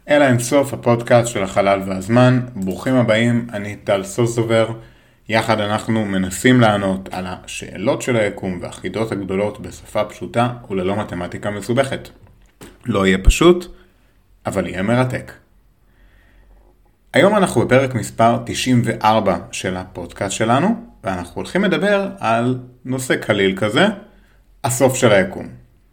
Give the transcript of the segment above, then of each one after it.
אל האינסוף, הפודקאסט של החלל והזמן. ברוכים הבאים, אני טל סוסובר. יחד אנחנו מנסים לענות על השאלות של היקום והחידות הגדולות בשפה פשוטה וללא מתמטיקה מסובכת. לא יהיה פשוט, אבל יהיה מרתק. היום אנחנו בפרק מספר 94 של הפודקאסט שלנו, ואנחנו הולכים לדבר על נושא קליל כזה, הסוף של היקום.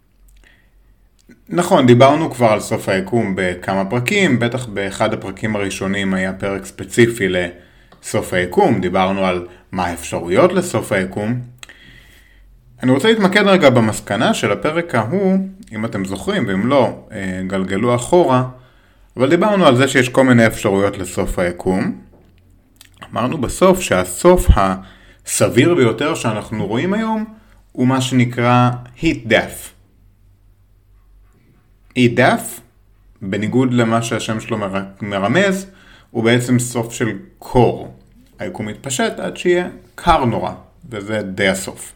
נכון, דיברנו כבר על סוף היקום בכמה פרקים, בטח באחד הפרקים הראשונים היה פרק ספציפי לסוף היקום, דיברנו על מה האפשרויות לסוף היקום. אני רוצה להתמקד רגע במסקנה של הפרק ההוא, אם אתם זוכרים, ואם לא, גלגלו אחורה, אבל דיברנו על זה שיש כל מיני אפשרויות לסוף היקום. אמרנו בסוף שהסוף הסביר ביותר שאנחנו רואים היום הוא מה שנקרא heat death. heat death, בניגוד למה שהשם שלו מרמז, הוא בעצם סוף של קור. היקום מתפשט עד שיהיה קר נורא, וזה די הסוף.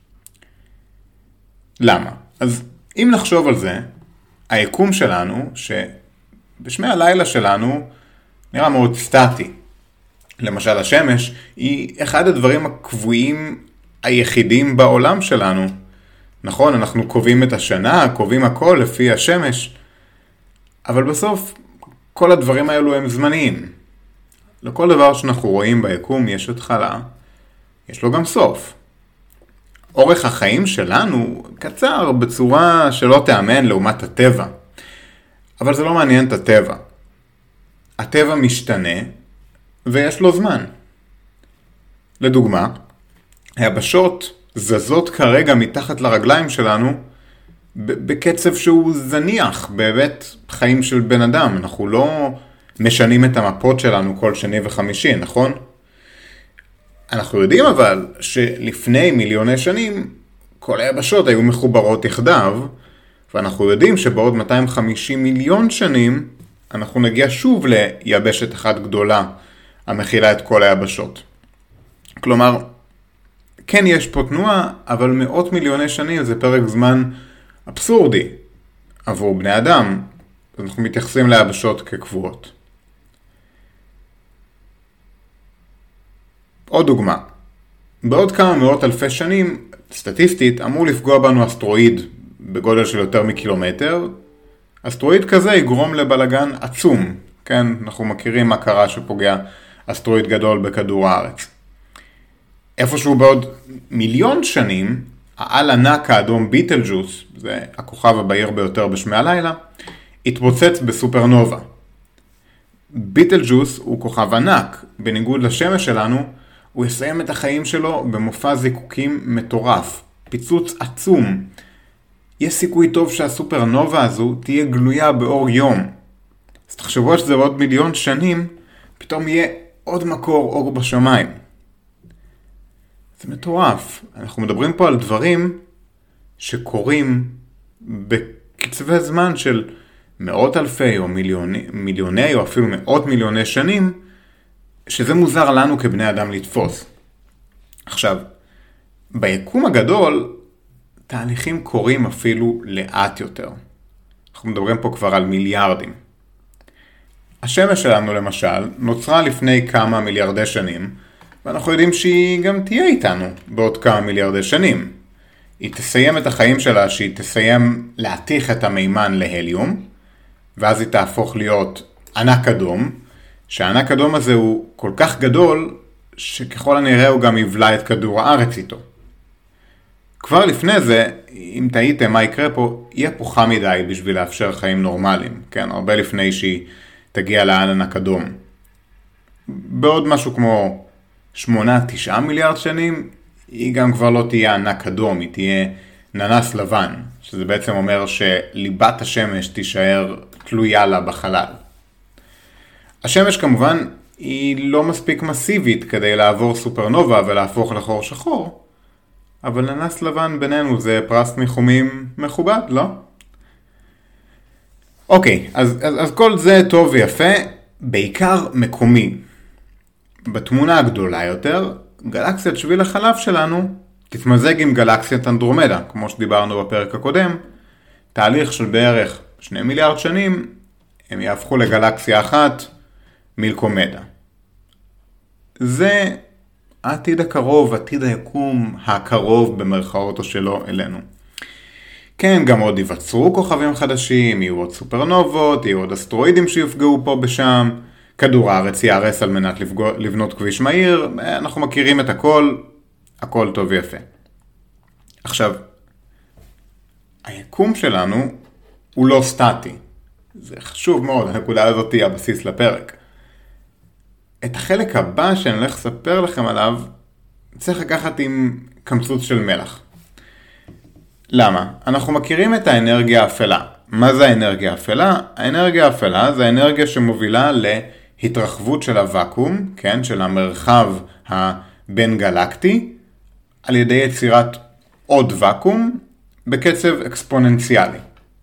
למה? אז אם נחשוב על זה, היקום שלנו, שבשמי הלילה שלנו נראה מאוד סטטי. למשל השמש היא אחד הדברים הקבועים היחידים בעולם שלנו. נכון, אנחנו קובעים את השנה, קובעים הכל לפי השמש, אבל בסוף כל הדברים האלו הם זמניים. לכל דבר שאנחנו רואים ביקום יש התחלה, יש לו גם סוף. אורך החיים שלנו קצר בצורה שלא תאמן לעומת הטבע. אבל זה לא מעניין את הטבע. הטבע משתנה ויש לו זמן. לדוגמה, היבשות זזות כרגע מתחת לרגליים שלנו בקצב שהוא זניח בבית חיים של בן אדם. אנחנו לא משנים את המפות שלנו כל שני וחמישי, נכון? אנחנו יודעים אבל שלפני מיליוני שנים כל היבשות היו מחוברות יחדיו, ואנחנו יודעים שבעוד 250 מיליון שנים אנחנו נגיע שוב ליבשת אחת גדולה המכילה את כל היבשות. כלומר, כן יש פה תנועה, אבל מאות מיליוני שנים זה פרק זמן אבסורדי עבור בני אדם. אנחנו מתייחסים ליבשות כקבועות. עוד דוגמה. בעוד כמה מאות אלפי שנים, סטטיסטית, אמור לפגוע בנו אסטרואיד בגודל של יותר מקילומטר. אסטרואיד כזה יגרום לבלגן עצום. כן, אנחנו מכירים מה קרה שפוגע אסטרואיד גדול בכדור הארץ. איפשהו בעוד מיליון שנים, העל ענק האדום ביטלג'וס, זה הכוכב הבהיר ביותר בשמי הלילה, התפוצץ בסופרנובה. ביטלג'וס הוא כוכב ענק, בניגוד לשמש שלנו, הוא יסיים את החיים שלו במופע זיקוקים מטורף, פיצוץ עצום. יש סיכוי טוב שהסופרנובה הזו תהיה גלויה באור יום. אז תחשבו שזה בעוד מיליון שנים, פתאום יהיה עוד מקור אור בשמיים. זה מטורף. אנחנו מדברים פה על דברים שקורים בקצבי זמן של מאות אלפי או מיליוני או אפילו מאות מיליוני שנים, שזה מוזר לנו כבני אדם לתפוס. עכשיו, ביקום הגדול, תהליכים קורים אפילו לאט יותר. אנחנו מדברים פה כבר על מיליארדים. השמש שלנו למשל נוצרה לפני כמה מיליארדי שנים, ואנחנו יודעים שהיא גם תהיה איתנו בעוד כמה מיליארדי שנים. היא תסיים את החיים שלה, שהיא תסיים להתיך את המימן להליום, ואז היא תהפוך להיות ענק אדום, שהענק אדום הזה הוא כל כך גדול, שככל הנראה הוא גם יבלע את כדור הארץ איתו. כבר לפני זה, אם תהיתם מה יקרה פה, יהיה פה חם מדי בשביל לאפשר חיים נורמליים, כן? הרבה לפני שהיא תגיע לענק אדום. בעוד משהו כמו 8-9 מיליארד שנים, היא גם כבר לא תהיה ענק אדום, היא תהיה ננס לבן, שזה בעצם אומר שליבת השמש תישאר תלויה לה בחלל. השמש כמובן היא לא מספיק מסיבית כדי לעבור סופרנובה ולהפוך לחור שחור, אבל ננס לבן בינינו זה פרס ניחומים מכובד, לא? אוקיי, אז כל זה טוב ויפה, בעיקר מקומי. בתמונה הגדולה יותר, גלקסיית שביל החלב שלנו תתמזג עם גלקסיית אנדרומדה, כמו שדיברנו בפרק הקודם. תהליך של בערך 2 מיליארד שנים הם יהפכו לגלקסיה אחת, מילקומדה. זה העתיד הקרוב, עתיד היקום הקרוב במרכאות שלו אלינו. כן, גם עוד ייווצרו כוכבים חדשים, יהיו עוד סופרנובות, יהיו עוד אסטרואידים שיפגעו פה בשם, כדור הארץ ייהרס על מנת לבנות כביש מהיר, אנחנו מכירים את הכל, הכל טוב ויפה. עכשיו, היקום שלנו הוא לא סטטי. זה חשוב מאוד, הנקודה הזאת היא הבסיס לפרק. את החלק הבא שאני הולך לספר לכם עליו, צריך לקחת עם קמצוץ של מלח. למה? אנחנו מכירים את האנרגיה האפלה. מה זה האנרגיה האפלה? האנרגיה האפלה זה האנרגיה שמובילה להתרחבות של הוואקום, כן? של המרחב הבין גלקטי, על ידי יצירת עוד וואקום בקצב אקספוננציאלי.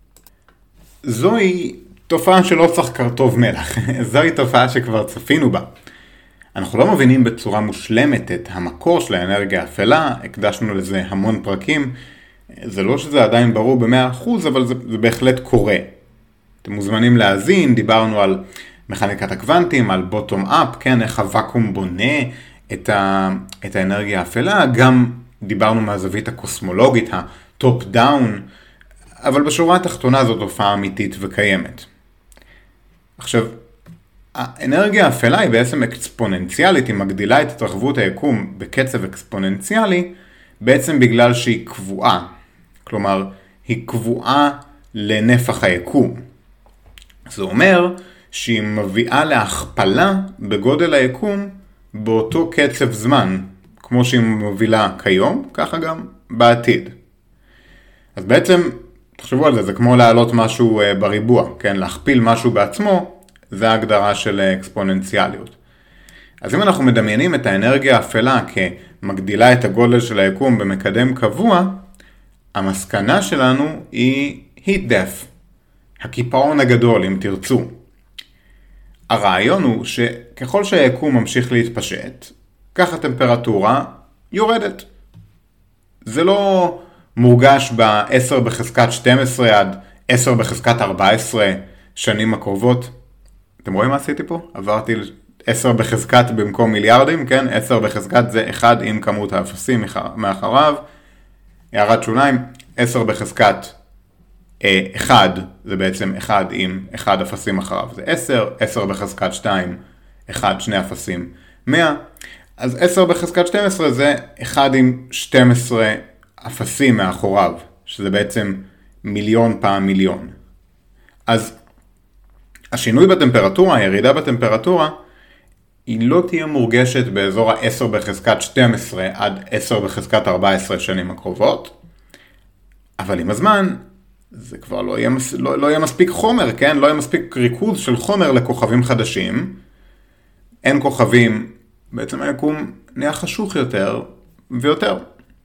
זוהי תופעה שלא צריך קרטוב מלח. זוהי תופעה שכבר צפינו בה. אנחנו לא מבינים בצורה מושלמת את המקור של האנרגיה האפלה, הקדשנו לזה המון פרקים. זה לא שזה עדיין ברור ב100%, אבל זה בהחלט קורה. אתם מוזמנים להאזין, דיברנו על מכניקת הקוונטים, על בוטום אפ, כן, איך הוואקום בונה את האנרגיה האפלה, גם דיברנו מהזווית הקוסמולוגית, הטופ דאון, אבל בשורה התחתונה זו תופעה אמיתית וקיימת. עכשיו, האנרגיה האפלה היא בעצם אקספוננציאלית, היא מגדילה את התרחבות היקום בקצב אקספוננציאלי, בעצם בגלל שהיא קבועה. כלומר, היא קבועה לנפח היקום. זה אומר שהיא מביאה להכפלה בגודל היקום באותו קצב זמן, כמו שהיא מובילה כיום, ככה גם בעתיד. אז בעצם, תחשבו על זה, זה כמו להעלות משהו בריבוע, כן? להכפיל משהו בעצמו, זה ההגדרה של אקספוננציאליות. אז אם אנחנו מדמיינים את האנרגיה האפלה כמגדילה את הגודל של היקום במקדם קבוע, המסקנה שלנו היא heat death, הקיפאון הגדול אם תרצו. הרעיון הוא שככל שהיקום ממשיך להתפשט, כך הטמפרטורה יורדת. זה לא מורגש ב-10 בחזקת 12 עד 10 בחזקת 14 שנים הקרובות. אתם רואים מה עשיתי פה? עברתי 10 בחזקת במקום מיליארדים, כן? 10 בחזקת זה 1 עם כמות האפסים מאחריו. הערת שוליים, 10 בחזקת 1 זה בעצם 1 עם 1 אפסים אחריו. זה 10, 10 בחזקת 2, 1, 2 אפסים, 100. אז 10 בחזקת 12 זה 1 עם 12 אפסים מאחוריו, שזה בעצם מיליון פעם מיליון. אז השינוי בטמפרטורה, הירידה בטמפרטורה, היא לא תהיה מורגשת באזור ה-10 בחזקת 12 עד 10 בחזקת 14 שנים הקרובות, אבל עם הזמן זה כבר לא יהיה מספיק חומר, כן? לא יהיה מספיק ריכוז של חומר לכוכבים חדשים. אין כוכבים, בעצם היקום נהיה חשוך יותר ויותר.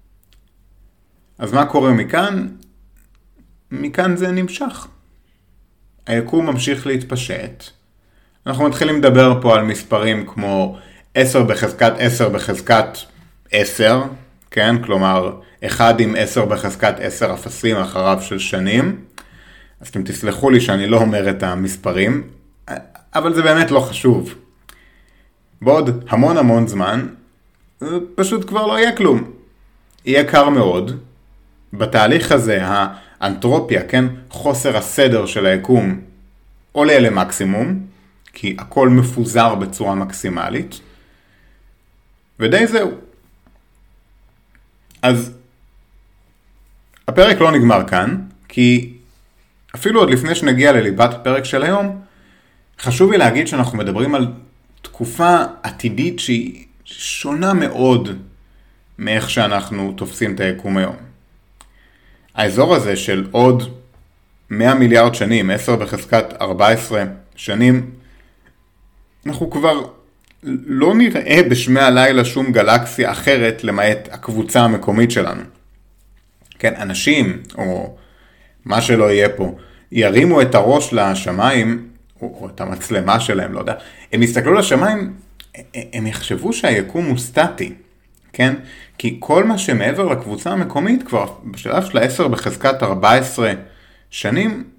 אז מה קורה מכאן? מכאן זה נמשך. היקום ממשיך להתפשט. אנחנו מתחילים לדבר פה על מספרים כמו 10 בחזקת 10 בחזקת 10, כן? כלומר, 1 עם 10 בחזקת 10 אפסים אחריו של שנים. אז אתם תסלחו לי שאני לא אומר את המספרים, אבל זה באמת לא חשוב. בעוד המון זמן, פשוט כבר לא יהיה כלום. יהיה קר מאוד. בתהליך הזה, האנטרופיה, כן? חוסר הסדר של היקום עולה למקסימום, כי הכל מפוזר בצורה מקסימלית. ודי זהו. אז הפרק לא נגמר כאן, כי אפילו עוד לפני שנגיע לליבת הפרק של היום, חשוב לי להגיד שאנחנו מדברים על תקופה עתידית שהיא שונה מאוד מאיך שאנחנו תופסים את היקום היום. האזור הזה של עוד 100 מיליארד שנים, 10 בחזקת 14 שנים, אנחנו כבר לא נראה בשמי הלילה שום גלקסיה אחרת למעט הקבוצה המקומית שלנו. כן, אנשים, או מה שלא יהיה פה, ירימו את הראש לשמיים, או את המצלמה שלהם, לא יודע, הם יסתכלו לשמיים, הם יחשבו שהיקום הוא סטטי, כן? כי כל מה שמעבר לקבוצה המקומית כבר בשלב של 10 בחזקת 14 שנים,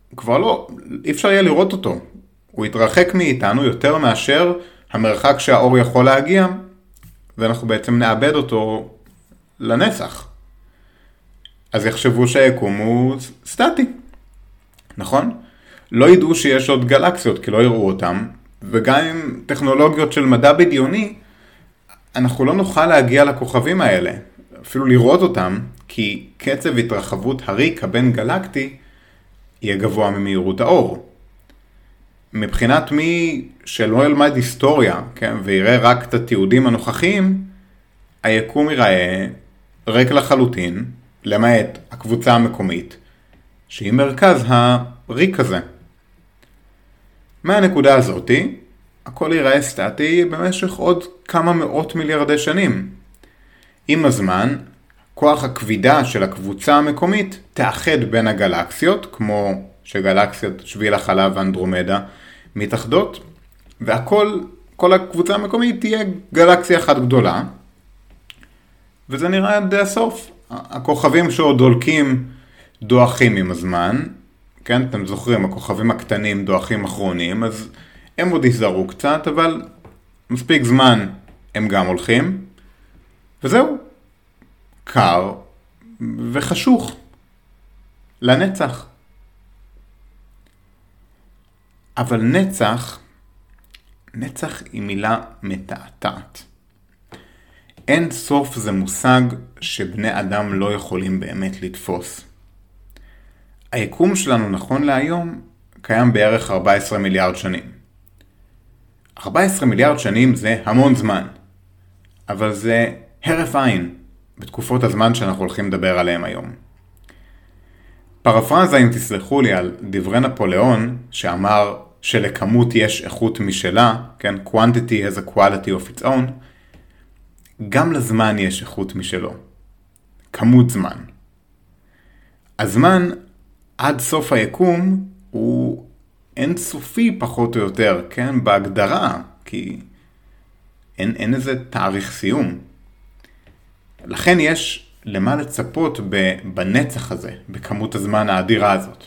כבר לא, אי אפשר יהיה לראות אותו. הוא יתרחק מאיתנו יותר מאשר המרחק שהאור יכול להגיע, ואנחנו בעצם נאבד אותו לנצח. אז יחשבו שהיקום הוא סטטי, נכון? לא ידעו שיש עוד גלקסיות, כי לא יראו אותם, וגם עם טכנולוגיות של מדע בדיוני, אנחנו לא נוכל להגיע לכוכבים האלה, אפילו לראות אותם, כי קצב התרחבות הריק הבין גלקטי יהיה גבוה ממהירות האור. מבחינת מי שלא ילמד היסטוריה, כן, ויראה רק את התיעודים הנוכחיים, היקום ייראה ריק לחלוטין, למעט הקבוצה המקומית, שהיא מרכז הריק הזה. מהנקודה הזאת, הכל ייראה סטטי במשך עוד כמה מאות מיליארדי שנים. עם הזמן, כוח הכבידה של הקבוצה המקומית תאחד בין הגלקסיות, כמו שגלקסיות שביל החלב ואנדרומדה מתאחדות, כל הקבוצה המקומית תהיה גלקסיה אחת גדולה, וזה נראה עד הסוף. הכוכבים שעוד דולקים דועכים עם הזמן, כן, אתם זוכרים, הכוכבים הקטנים דועכים אחרונים, אז הם עוד יזהרו קצת, אבל מספיק זמן הם גם הולכים, וזהו, קר וחשוך לנצח. אבל נצח היא מילה מתעתעת. אין סוף זה מושג שבני אדם לא יכולים באמת לתפוס. היקום שלנו נכון להיום קיים בערך 14 מיליארד שנים. 14 מיליארד שנים זה המון זמן, אבל זה הרף עין בתקופות הזמן שאנחנו הולכים לדבר עליהם היום. פרפרזה, אם תסלחו לי, על דברי נפוליאון שאמר שלכמות יש איכות משלה, כן, quantity has a quality of its own, גם לזמן יש איכות משלו. כמות זמן. הזמן עד סוף היקום הוא אינסופי פחות או יותר, כן, בהגדרה, כי אין איזה תאריך סיום. לכן יש למה לצפות בנצח הזה, בכמות הזמן האדירה הזאת.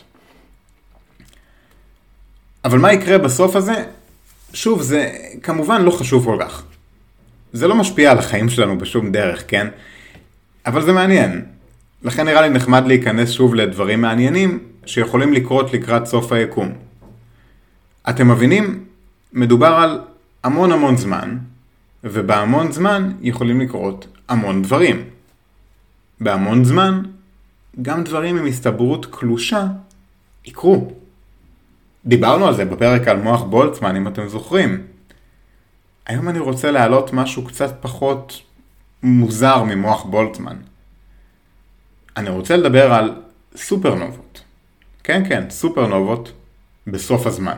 אבל מה יקרה בסוף הזה? שוב, זה כמובן לא חשוב כל כך. זה לא משפיע על החיים שלנו בשום דרך, כן? אבל זה מעניין. לכן נראה לי נחמד להיכנס שוב לדברים מעניינים שיכולים לקרות לקראת סוף היקום. אתם מבינים? מדובר על המון זמן, ובהמון זמן יכולים לקרות המון דברים. בהמון זמן, גם דברים עם הסתברות קלושה יקרו. דיברנו על זה בפרק על מוח בולצמן, אם אתם זוכרים. היום אני רוצה להעלות משהו קצת פחות מוזר ממוח בולצמן. אני רוצה לדבר על סופרנובות. כן, סופרנובות בסוף הזמן.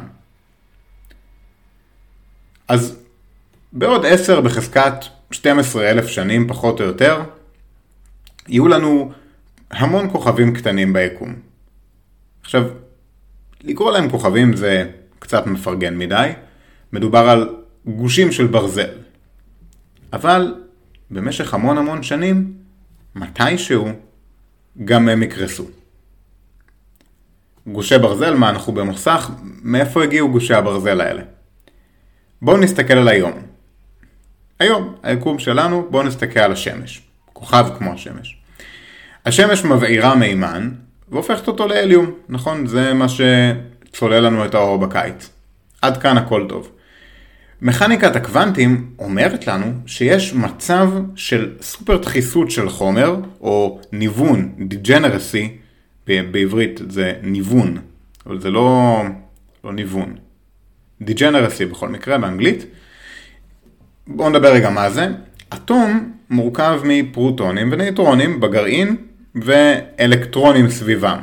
אז בעוד 10 בחזקת 12,000 שנים פחות או יותר, יהיו לנו המון כוכבים קטנים ביקום. עכשיו, לקרוא להם כוכבים זה קצת מפרגן מדי. מדובר על גושים של ברזל. אבל במשך המון שנים, מתישהו גם הם יקרסו. גושי ברזל, מה אנחנו במוסך? מאיפה הגיעו גושי הברזל האלה? בואו נסתכל על היום. היום, היקום שלנו, בואו נסתכל על השמש. כוכב כמו השמש. השמש מבעירה מימן והופכת אותו להליום, נכון? זה מה שצולל לנו את האור בקיץ. עד כאן הכל טוב. מכניקת הקוונטים אומרת לנו שיש מצב של סופר דחיסות של חומר, או ניוון, degeneracy, בעברית זה ניוון, אבל זה לא ניוון. degeneracy בכל מקרה באנגלית. בואו נדבר רגע מה זה. אטום מורכב מפרוטונים ונייטרונים בגרעין ואלקטרונים סביבם.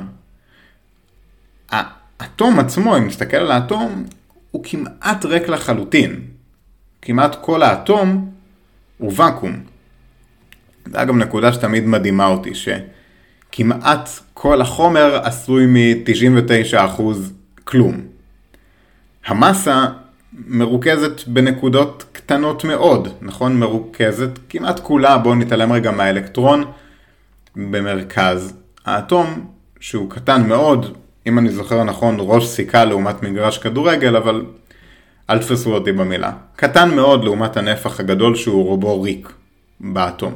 האטום עצמו, אם נסתכל על האטום, הוא כמעט ריק לחלוטין. כמעט כל האטום הוא וקום. זה היה גם נקודה שתמיד מדהימה אותי, שכמעט כל החומר עשוי מ-99% כלום. המסה מרוכזת בנקודות קטנות מאוד, נכון? מרוכזת כמעט כולה, בואו נתעלם רגע מהאלקטרון במרכז. האטום, שהוא קטן מאוד, אם אני זוכר נכון, ראש סיכה לעומת מגרש כדורגל, אבל אל תפסו אותי במילה. קטן מאוד לעומת הנפח הגדול שהוא רובו ריק באטום.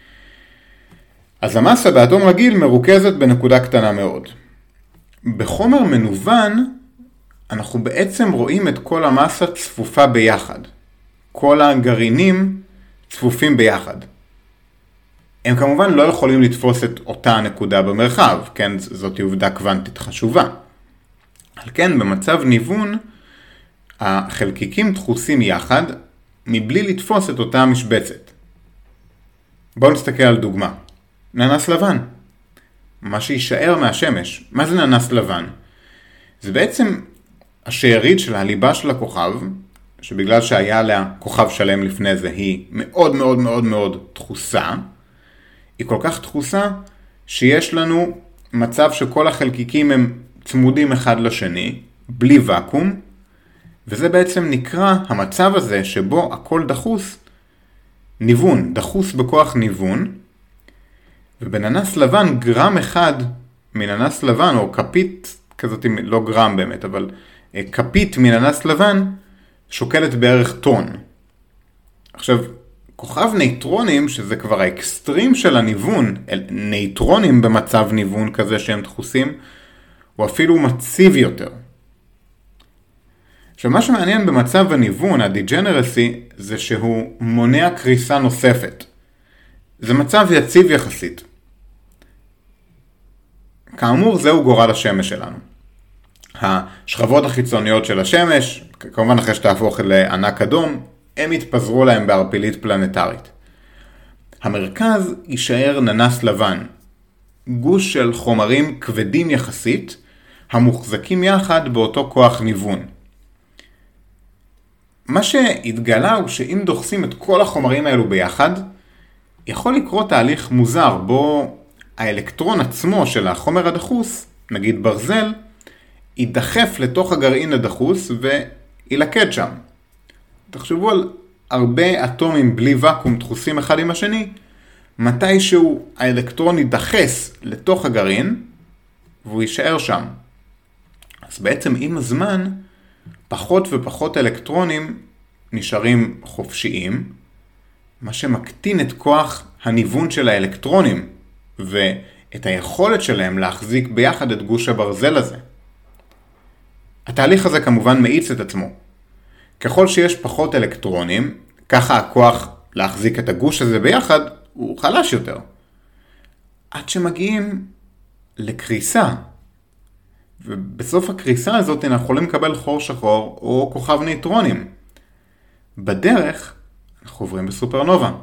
אז המסה באטום רגיל מרוכזת בנקודה קטנה מאוד. בחומר מנוון, אנחנו בעצם רואים את כל המסה צפופה ביחד. כל הגרעינים צפופים ביחד. הם כמובן לא יכולים לתפוס את אותה נקודה במרחב, כן? זאת עובדה קוונטית חשובה. על כן, במצב ניוון, החלקיקים דחוסים יחד, מבלי לתפוס את אותה משבצת. בואו נסתכל על דוגמה. ננס לבן. מה שישאר מהשמש. מה זה ננס לבן? זה בעצם השארית של הליבה של הכוכב, שבגלל שהיה לה כוכב שלם לפני זה, היא מאוד מאוד מאוד מאוד דחוסה. היא כל כך דחוסה שיש לנו מצב שכל החלקיקים הם צמודים אחד לשני, בלי וקום, וזה בעצם נקרא המצב הזה שבו הכל דחוס, ניוון, דחוס בכוח ניוון, ובננס לבן גרם אחד מננס לבן, או כפית כזאת, לא גרם באמת, אבל כפית מננס לבן שוקלת בערך טון. עכשיו, כוכב נייטרונים, שזה כבר האקסטרים של הניוון, נייטרונים במצב ניוון כזה שהם דחוסים, הוא אפילו מציב יותר. עכשיו, מה שמעניין במצב הניוון, הדיג'נרסי, זה שהוא מונע קריסה נוספת. זה מצב יציב יחסית. כאמור, זהו גורל השמש שלנו. השכבות החיצוניות של השמש, כמובן אחרי שתהפוך לענק אדום, הם יתפזרו להם בערפילית פלנטרית. המרכז יישאר ננס לבן, גוש של חומרים כבדים יחסית, המוחזקים יחד באותו כוח ניוון. מה שהתגלה הוא שאם דוחסים את כל החומרים האלו ביחד, יכול לקרות תהליך מוזר בו האלקטרון עצמו של החומר הדחוס, נגיד ברזל, יידחף לתוך הגרעין הדחוס וילקד שם. תחשבו על הרבה אטומים בלי וקום דחוסים אחד עם השני, מתישהו האלקטרון יידחס לתוך הגרעין והוא יישאר שם. אז בעצם עם הזמן, פחות ופחות אלקטרונים נשארים חופשיים, מה שמקטין את כוח הניוון של האלקטרונים ואת היכולת שלהם להחזיק ביחד את גוש הברזל הזה. התהליך הזה כמובן מאיץ את עצמו. ככל שיש פחות אלקטרונים, ככה הכוח להחזיק את הגוש הזה ביחד הוא חלש יותר. עד שמגיעים לקריסה. ובסוף הקריסה הזאת אנחנו יכולים לקבל חור שחור או כוכב נייטרונים. בדרך אנחנו עוברים בסופרנובה.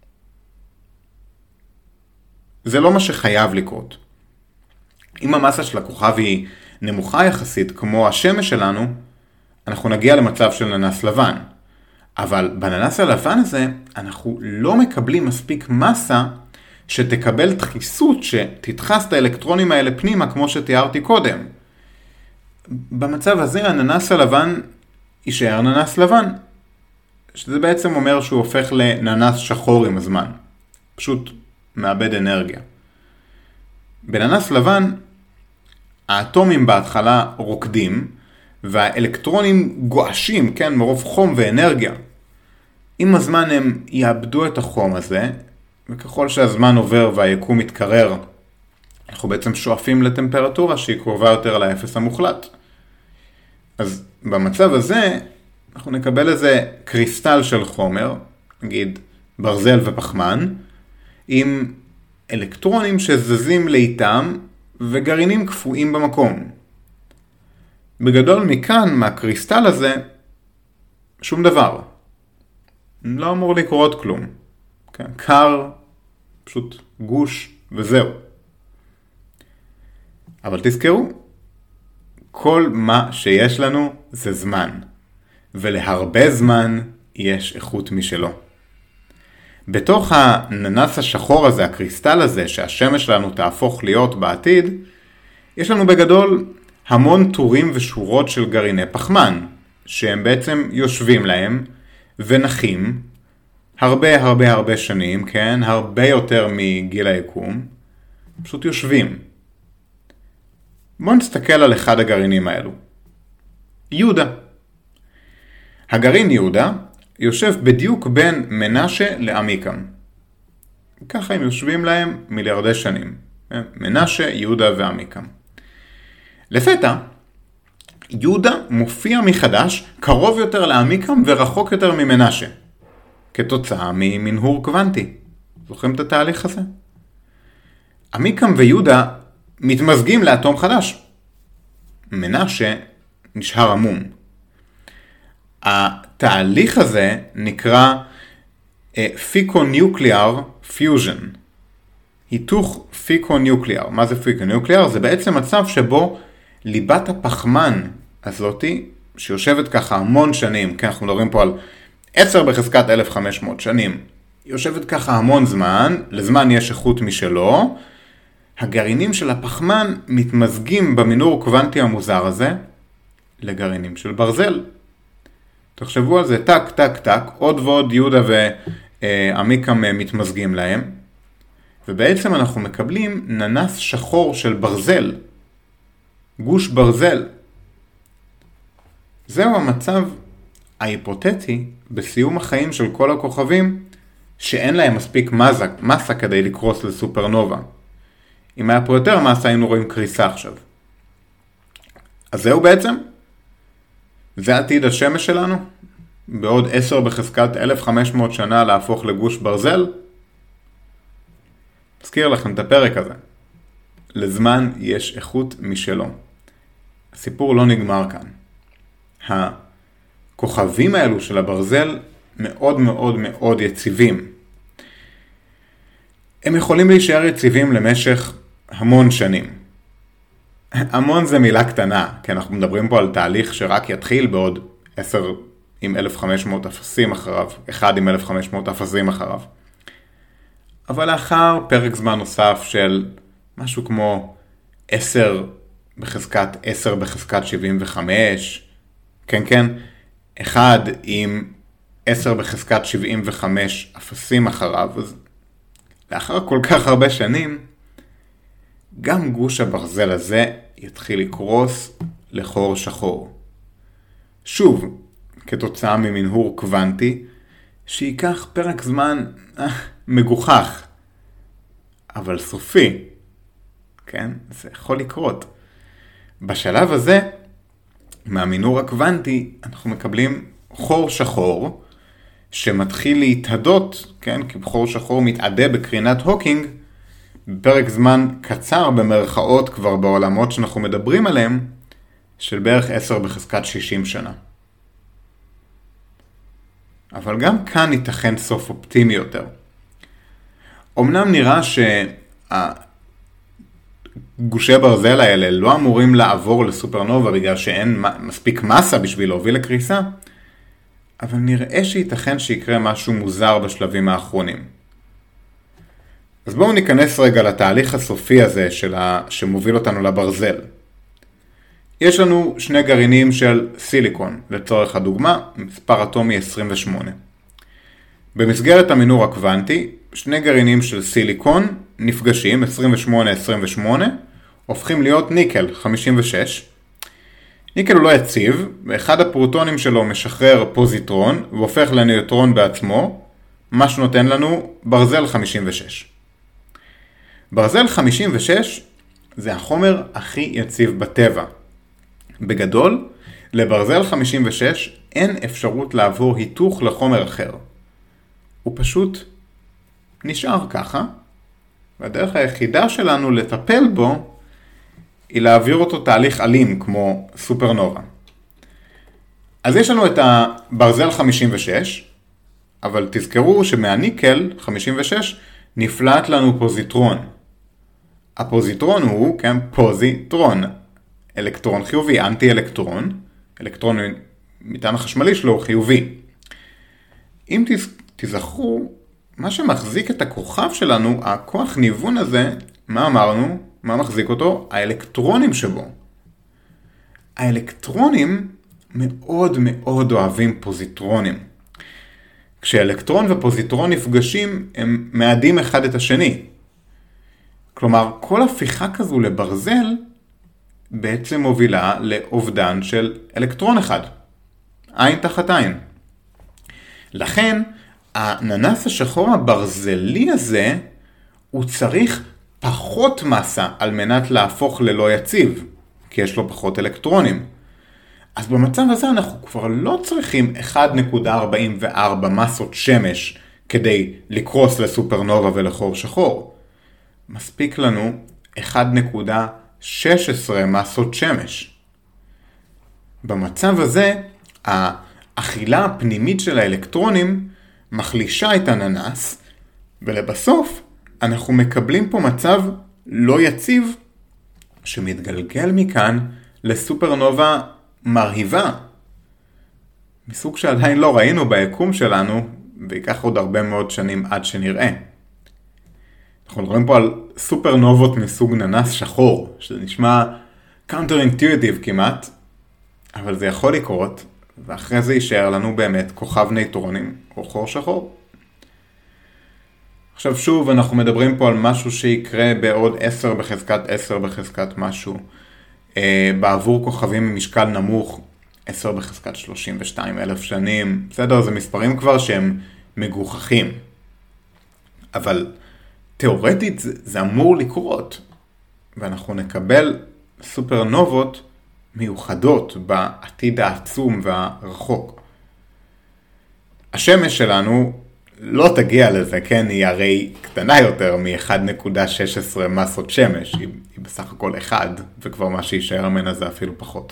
זה לא מה שחייב לקרות. אם המסה של הכוכב היא נמוכה יחסית כמו השמש שלנו, אנחנו נגיע למצב של ננס לבן. אבל בננס הלבן הזה אנחנו לא מקבלים מספיק מסה שתקבל דחיסות שתדחס את האלקטרונים האלה פנימה כמו שתיארתי קודם. במצב הזה הננס הלבן יישאר ננס לבן. שזה בעצם אומר שהוא הופך לננס שחור עם הזמן. פשוט מאבד אנרגיה. בננס לבן האטומים בהתחלה רוקדים והאלקטרונים גועשים, כן, מרוב חום ואנרגיה. עם הזמן הם יאבדו את החום הזה, וככל שהזמן עובר והיקום מתקרר, אנחנו בעצם שואפים לטמפרטורה שהיא קרובה יותר לאפס המוחלט. אז במצב הזה אנחנו נקבל איזה קריסטל של חומר, נגיד ברזל ופחמן, עם אלקטרונים שזזים לאיתם וגרעינים קפואים במקום. בגדול מכאן, מהקריסטל הזה, שום דבר. לא אמור לקרות כלום. כן, קר, פשוט גוש וזהו. אבל תזכרו, כל מה שיש לנו זה זמן. ולהרבה זמן יש איכות משלו. בתוך הננס השחור הזה, הקריסטל הזה, שהשמש שלנו תהפוך להיות בעתיד, יש לנו בגדול המון טורים ושורות של גרעיני פחמן, שהם בעצם יושבים להם ונחים הרבה הרבה הרבה שנים, כן? הרבה יותר מגיל היקום, פשוט יושבים. בואו נסתכל על אחד הגרעינים האלו. יהודה. הגרעין יהודה יושב בדיוק בין מנשה לעמיקם. ככה הם יושבים להם מיליארדי שנים. מנשה, יהודה ועמיקם. לפתע, יהודה מופיע מחדש קרוב יותר לעמיקם ורחוק יותר ממנשה. כתוצאה ממנהור קוונטי. זוכרים את התהליך הזה? עמיקם ויהודה מתמזגים לאטום חדש. מנשה נשאר עמום. התהליך הזה נקרא פיקוניוקליאר פיוז'ן. היתוך פיקוניוקליאר. מה זה פיקוניוקליאר? זה בעצם מצב שבו ליבת הפחמן הזאתי, שיושבת ככה המון שנים, כי אנחנו מדברים פה על 10 בחזקת 1500 שנים, יושבת ככה המון זמן, לזמן יש איכות משלו, הגרעינים של הפחמן מתמזגים במנהור קוונטי המוזר הזה לגרעינים של ברזל. תחשבו על זה, טק, טק, טק, עוד ועוד יהודה ועמיקם מתמזגים להם, ובעצם אנחנו מקבלים ננס שחור של ברזל, גוש ברזל. זהו המצב ההיפותטי בסיום החיים של כל הכוכבים שאין להם מספיק מסה כדי לקרוס לסופרנובה. אם היה פה יותר מסה היינו רואים קריסה עכשיו. אז זהו בעצם. זה עתיד השמש שלנו. בעוד 10 בחזקת 1500 שנה להפוך לגוש ברזל. אזכיר לכם את הפרק הזה. לזמן יש איכות משלו. הסיפור לא נגמר כאן. הכוכבים האלו של הברזל מאוד מאוד מאוד יציבים. הם יכולים להישאר יציבים למשך המון שנים. המון זה מילה קטנה, כי אנחנו מדברים פה על תהליך שרק יתחיל בעוד 10 עם 1500 אפסים אחריו, 1 עם 1500 אפסים אחריו. אבל לאחר פרק זמן נוסף של משהו כמו 10 בחזקת 10 בחזקת 75, כן, 1 עם 10 בחזקת 75 אפסים אחריו, אז לאחר כל כך הרבה שנים, גם גוש הברזל הזה יתחיל לקרוס לחור שחור. שוב, כתוצאה ממנהור קוונטי, שיקח פרק זמן מגוחך, אבל סופי. כן? זה יכול לקרות. בשלב הזה, מהמנהור הקוונטי, אנחנו מקבלים חור שחור, שמתחיל להתהדות, כן? כי חור שחור מתעדה בקרינת הוקינג, בפרק זמן קצר במרכאות כבר בעולמות שאנחנו מדברים עליהם, של בערך 10 בחזקת 60 שנה. אבל גם כאן ייתכן סוף אופטימי יותר. אמנם נראה שהגושי ברזל האלה לא אמורים לעבור לסופרנובה בגלל שאין מספיק מסה בשביל להוביל לקריסה, אבל נראה שייתכן שיקרה משהו מוזר בשלבים האחרונים. אז בואו ניכנס רגע לתהליך הסופי הזה שמוביל אותנו לברזל. יש לנו 2 גרעינים של סיליקון, לצורך הדוגמה, מספר אטומי 28. במסגרת המנהור הקוונטי, 2 גרעינים של סיליקון נפגשים, 28-28, הופכים להיות ניקל, 56. ניקל הוא לא יציב, ואחד הפרוטונים שלו משחרר פוזיטרון, והופך לניוטרון בעצמו, מה שנותן לנו ברזל 56. ברזל 56 זה החומר הכי יציב בטבע. בגדול, לברזל 56 אין אפשרות לעבור היתוך לחומר אחר. הוא פשוט נשאר ככה, והדרך היחידה שלנו לטפל בו היא להעביר אותו תהליך אלים כמו סופרנובה. אז יש לנו את הברזל 56, אבל תזכרו שמהניקל 56 נפלט לנו פוזיטרון. הפוזיטרון הוא, כן, פוזיטרון, אלקטרון חיובי, אנטי אלקטרון, אלקטרון מטען החשמלי שלו הוא חיובי. אם תזכרו, מה שמחזיק את הכוכב שלנו, הכוח ניוון הזה, מה אמרנו? מה מחזיק אותו? האלקטרונים שבו. האלקטרונים מאוד מאוד אוהבים פוזיטרונים. כשאלקטרון ופוזיטרון נפגשים, הם מאדים אחד את השני. כלומר, כל הפיכה כזו לברזל בעצם מובילה לאובדן של אלקטרון אחד. עין תחת עין. לכן, הננס השחור הברזלי הזה, הוא צריך פחות מסה על מנת להפוך ללא יציב, כי יש לו פחות אלקטרונים. אז במצב הזה אנחנו כבר לא צריכים 1.44 מסות שמש כדי לקרוס לסופרנובה ולחור שחור. מספיק לנו 1.16 מסות שמש. במצב הזה, האכילה הפנימית של האלקטרונים מחלישה את הננס, ולבסוף אנחנו מקבלים פה מצב לא יציב, שמתגלגל מכאן לסופרנובה מרהיבה. מסוג שעדיין לא ראינו ביקום שלנו, ויקח עוד הרבה מאוד שנים עד שנראה. אנחנו מדברים פה על סופרנובות מסוג ננס שחור, שזה נשמע קאונטר-אינטואיטיב כמעט, אבל זה יכול לקרות, ואחרי זה יישאר לנו באמת כוכב נייטרונים או חור שחור. עכשיו שוב, אנחנו מדברים פה על משהו שיקרה בעוד 10 בחזקת 10 בחזקת משהו, בעבור כוכבים ממשקל נמוך, 10 בחזקת 32,000 שנים. בסדר, זה מספרים כבר שהם מגוחכים. אבל תיאורטית זה אמור לקרות, ואנחנו נקבל סופרנובות מיוחדות בעתיד העצום והרחוק. השמש שלנו לא תגיע לזה, כן? היא הרי קטנה יותר מ-1.16 מסות שמש, היא בסך הכל 1, וכבר מה שישאר ממנה זה אפילו פחות.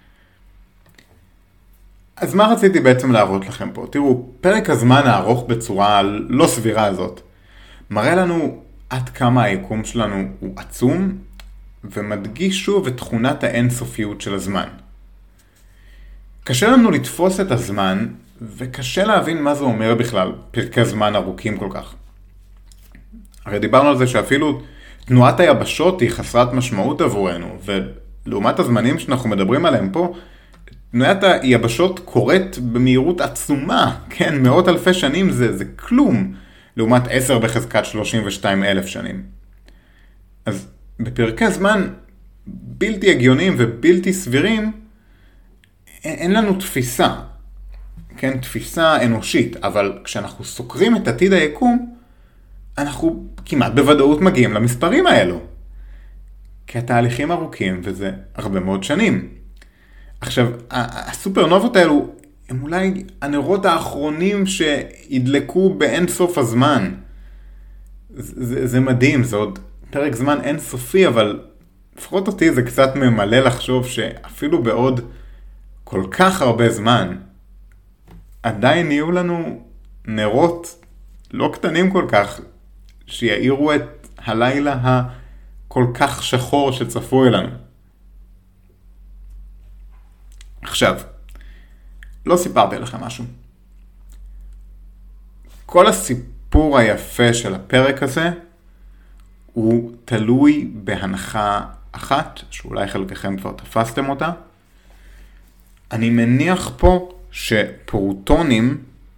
אז מה רציתי בעצם להראות לכם פה? תראו, פרק הזמן הארוך בצורה לא סבירה הזאת, מראה לנו עד כמה היקום שלנו הוא עצום, ומדגיש שוב את תכונת האינסופיות של הזמן. קשה לנו לתפוס את הזמן, וקשה להבין מה זה אומר בכלל פרקי זמן ארוכים כל כך. הרי דיברנו על זה שאפילו תנועת היבשות היא חסרת משמעות עבורנו, ולעומת הזמנים שאנחנו מדברים עליהם פה, תנועת היבשות קורית במהירות עצומה, כן, מאות אלפי שנים זה כלום, לעומת 10 בחזקת 32,000 שנים. אז בפרקי זמן בלתי הגיוניים ובלתי סבירים, אין לנו תפיסה, כן, תפיסה אנושית, אבל כשאנחנו סוקרים את עתיד היקום, אנחנו כמעט בוודאות מגיעים למספרים האלו. כי התהליכים ארוכים וזה הרבה מאוד שנים. עכשיו, הסופרנובות האלו הם אולי הנרות האחרונים שהדלקו באין סוף הזמן. זה מדהים, זה עוד פרק זמן אינסופי, אבל לפחות אותי זה קצת ממלא לחשוב שאפילו בעוד כל כך הרבה זמן, עדיין יהיו לנו נרות לא קטנים כל כך, שיעירו את הלילה הכל כך שחור שצפוי לנו. עכשיו, לא סיפרתי לכם משהו. כל הסיפור היפה של הפרק הזה, הוא תלוי בהנחה אחת, שאולי חלקכם כבר תפסתם אותה. אני מניח פה שפרוטונים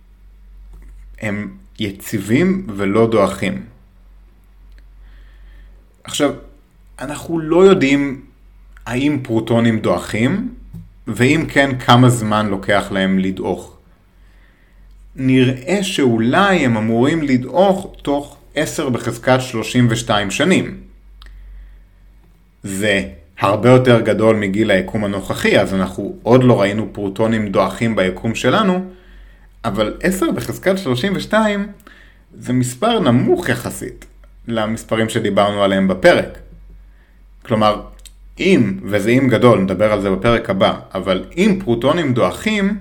הם יציבים ולא דועכים. עכשיו, אנחנו לא יודעים האם פרוטונים דועכים, ואם כן, כמה זמן לוקח להם לדעוך. נראה שאולי הם אמורים לדעוך תוך 10 בחזקת 32 שנים. זה הרבה יותר גדול מגיל היקום הנוכחי, אז אנחנו עוד לא ראינו פרוטונים דועכים ביקום שלנו, אבל 10 בחזקת 32 זה מספר נמוך יחסית למספרים שדיברנו עליהם בפרק. כלומר, אם, וזה אם גדול, נדבר על זה בפרק הבא, אבל אם פרוטונים דועכים,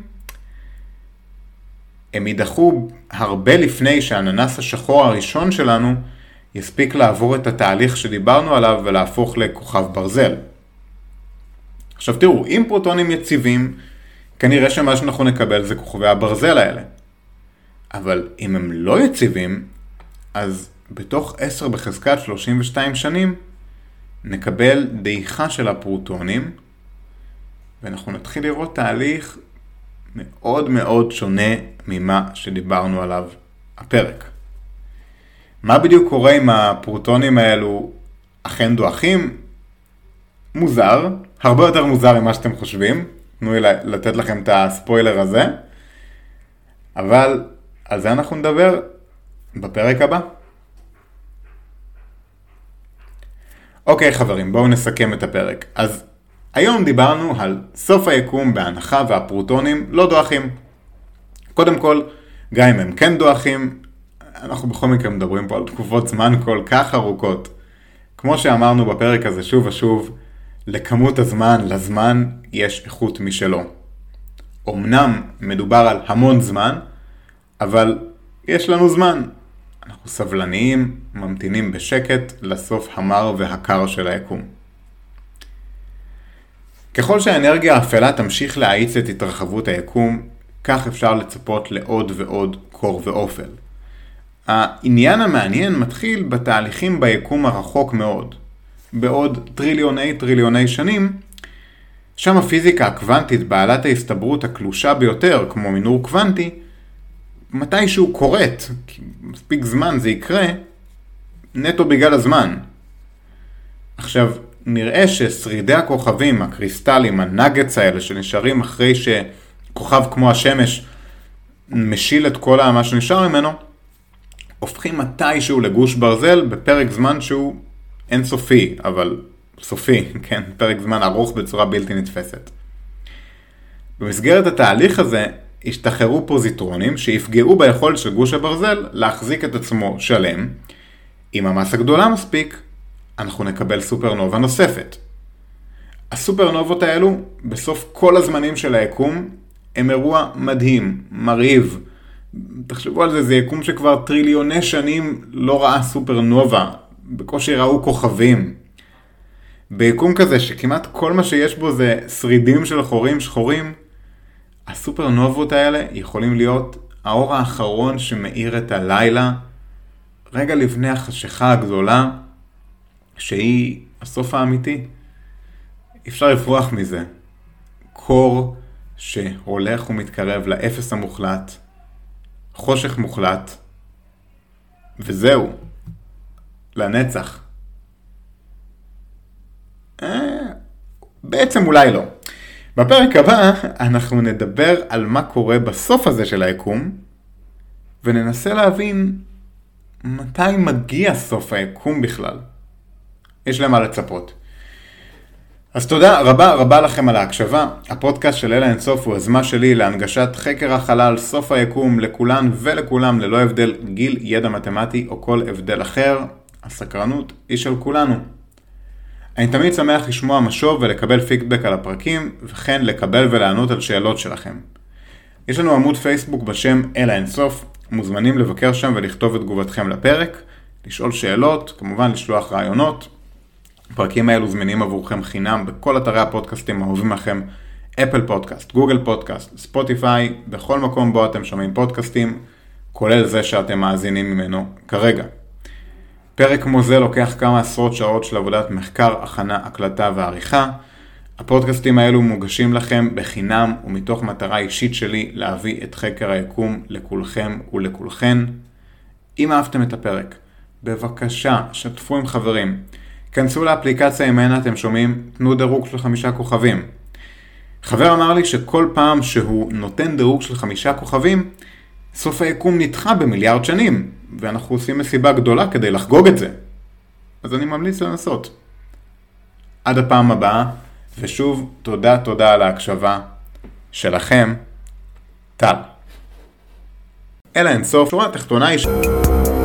הם יידחו הרבה לפני שהננס השחור הראשון שלנו יספיק לעבור את התהליך שדיברנו עליו ולהפוך לכוכב ברזל. עכשיו תראו, אם פרוטונים יציבים, כנראה שמה שאנחנו נקבל זה כוכבי הברזל האלה. אבל אם הם לא יציבים, אז בתוך 10 בחזקת 32 שנים, נקבל דעיכה של הפרוטונים, ואנחנו נתחיל לראות תהליך מאוד מאוד שונה ממה שדיברנו עליו הפרק. מה בדיוק קורה אם הפרוטונים האלו אכן דועכים? מוזר, הרבה יותר מוזר ממה שאתם חושבים, תנו לי לתת לכם את הספוילר הזה, אבל על זה אנחנו נדבר בפרק הבא. אוקיי חברים, בואו נסכם את הפרק. אז היום דיברנו על סוף היקום בהנחה והפרוטונים לא דועכים. קודם כל, גם אם הם כן דועכים, אנחנו בכל מקרה מדברים פה על תקופות זמן כל כך ארוכות. כמו שאמרנו בפרק הזה שוב ושוב, לכמות הזמן, לזמן, יש איכות משלו. אמנם מדובר על המון זמן, אבל יש לנו זמן. אנחנו סבלניים, ממתינים בשקט לסוף המר והקר של היקום. ככל שהאנרגיה האפלה תמשיך להאיץ את התרחבות היקום, כך אפשר לצפות לעוד ועוד קור ואופל. העניין המעניין מתחיל בתהליכים ביקום הרחוק מאוד. בעוד טריליוני שנים, שם הפיזיקה הקוונטית בעלת ההסתברות הקלושה ביותר, כמו מינור קוונטי, מתישהו קורית, כי מספיק זמן זה יקרה, נטו בגלל הזמן. עכשיו, נראה ששרידי הכוכבים, הקריסטלים, הנגץ האלה שנשארים אחרי שכוכב כמו השמש משיל את כל מה שנשאר ממנו, הופכים מתישהו לגוש ברזל בפרק זמן שהוא אינסופי, אבל סופי, כן? פרק זמן ארוך בצורה בלתי נתפסת. במסגרת התהליך הזה, השתחררו פוזיטרונים שיפגעו ביכולת של גוש הברזל להחזיק את עצמו שלם. אם המסה גדולה מספיק, אנחנו נקבל סופרנובה נוספת. הסופרנובות האלו, בסוף כל הזמנים של היקום, הם אירוע מדהים, מרהיב. תחשבו על זה, זה יקום שכבר טריליוני שנים לא ראה סופרנובה, בקושי ראו כוכבים. ביקום כזה שכמעט כל מה שיש בו זה שרידים של חורים שחורים, הסופרנובות האלה יכולים להיות האור האחרון שמאיר את הלילה, רגע לפני החשיכה הגדולה, שהיא הסוף האמיתי. אפשר לברוח מזה. קור שהולך ומתקרב לאפס המוחלט, חושך מוחלט, וזהו, לנצח. בעצם אולי לא. בפרק הבא אנחנו נדבר על מה קורה בסוף הזה של היקום, וננסה להבין מתי מגיע סוף היקום בכלל. יש למה לצפות. אז תודה רבה לכם על ההקשבה. הפודקאסט של אלה אינסוף הוא הזמה שלי להנגשת חקר החלל, סוף היקום, לכולן ולכולם, ללא הבדל גיל, ידע מתמטי או כל הבדל אחר. הסקרנות היא של כולנו. אני תמיד שמח לשמוע משוב ולקבל פידבק על הפרקים, וכן לקבל ולענות על שאלות שלכם. יש לנו עמוד פייסבוק בשם אלה אינסוף, מוזמנים לבקר שם ולכתוב את תגובתכם לפרק, לשאול שאלות, כמובן לשלוח רעיונות. הפרקים האלו זמינים עבורכם חינם בכל אתרי הפודקאסטים האהובים לכם, אפל פודקאסט, גוגל פודקאסט, ספוטיפיי, בכל מקום בו אתם שומעים פודקאסטים, כולל זה שאתם מאזינים ממנו כרגע. פרק כמו זה לוקח כמה עשרות שעות של עבודת מחקר, הכנה, הקלטה ועריכה. הפודקאסטים האלו מוגשים לכם בחינם ומתוך מטרה אישית שלי להביא את חקר היקום לכולכם ולכולכן. אם אהבתם את הפרק, בבקשה שתפו עם חברים. כנסו לאפליקציה ממנה אתם שומעים, תנו דירוג של 5 כוכבים. חבר אמר לי שכל פעם שהוא נותן דירוג של 5 כוכבים, סוף היקום נדחה במיליארד שנים, ואנחנו עושים מסיבה גדולה כדי לחגוג את זה. אז אני ממליץ לנסות. עד הפעם הבאה, ושוב תודה על ההקשבה שלכם, טל. אלה אינסוף, שורה תחתונה היא